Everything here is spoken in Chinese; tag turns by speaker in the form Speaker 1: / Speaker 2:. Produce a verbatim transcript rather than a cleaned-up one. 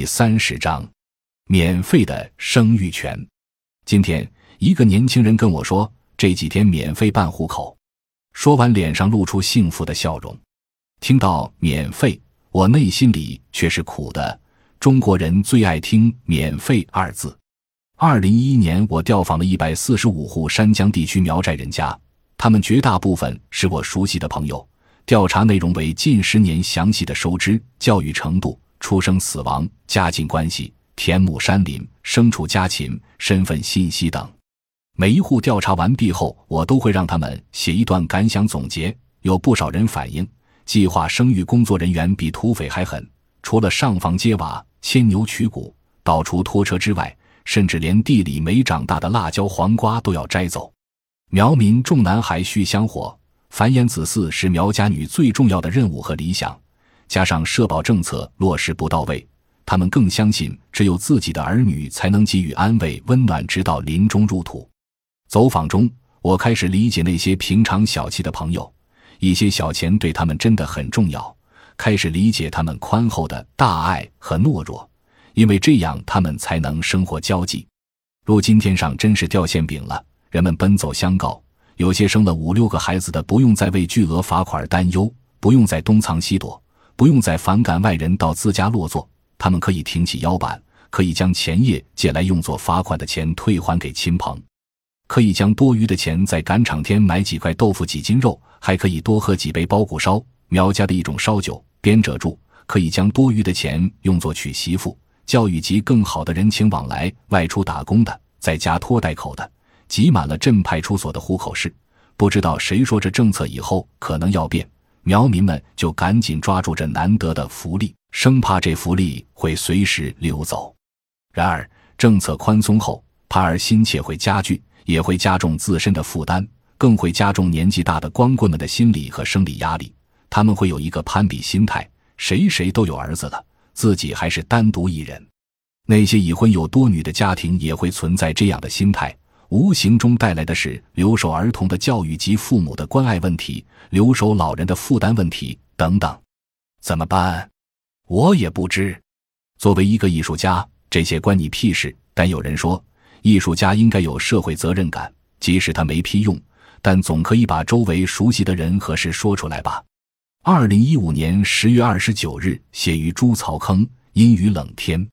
Speaker 1: 第三十章，免费的生育权。今天一个年轻人跟我说，这几天免费办户口，说完脸上露出幸福的笑容。听到免费，我内心里却是苦的。中国人最爱听免费二字。二零一一年我调访了一百四十五户山江地区苗寨人家，他们绝大部分是我熟悉的朋友。调查内容为近十年详细的收支、教育程度、出生死亡、家境关系、田亩山林、牲畜家禽、身份信息等。每一户调查完毕后，我都会让他们写一段感想总结。有不少人反映，计划生育工作人员比土匪还狠，除了上房揭瓦、牵牛取骨、倒除拖车之外，甚至连地里没长大的辣椒黄瓜都要摘走。苗民重男孩续香火，繁衍子嗣是苗家女最重要的任务和理想，加上社保政策落实不到位，他们更相信只有自己的儿女才能给予安慰温暖，直到临终入土。走访中，我开始理解那些平常小气的朋友，一些小钱对他们真的很重要，开始理解他们宽厚的大爱和懦弱，因为这样他们才能生活交际。如今天上真是掉馅饼了，人们奔走相告，有些生了五六个孩子的不用再为巨额罚款担忧，不用再东藏西躲，不用再反感外人到自家落座，他们可以挺起腰板，可以将前夜借来用作罚款的钱退还给亲朋，可以将多余的钱在赶场天买几块豆腐几斤肉，还可以多喝几杯包谷烧，苗家的一种烧酒，编者住，可以将多余的钱用作娶媳妇、教育及更好的人情往来，外出打工的，在家拖代口的，挤满了镇派出所的户口室。不知道谁说这政策以后可能要变，苗民们就赶紧抓住这难得的福利，生怕这福利会随时流走。然而政策宽松后，盼儿心切会加剧，也会加重自身的负担，更会加重年纪大的光棍们的心理和生理压力。他们会有一个攀比心态，谁谁都有儿子了，自己还是单独一人。那些已婚有多女的家庭也会存在这样的心态，无形中带来的是留守儿童的教育及父母的关爱问题，留守老人的负担问题等等。怎么办？我也不知。作为一个艺术家，这些关你屁事，但有人说艺术家应该有社会责任感，即使他没屁用，但总可以把周围熟悉的人和事说出来吧。二零一五年十月二十九日，写于猪槽坑，阴雨冷天。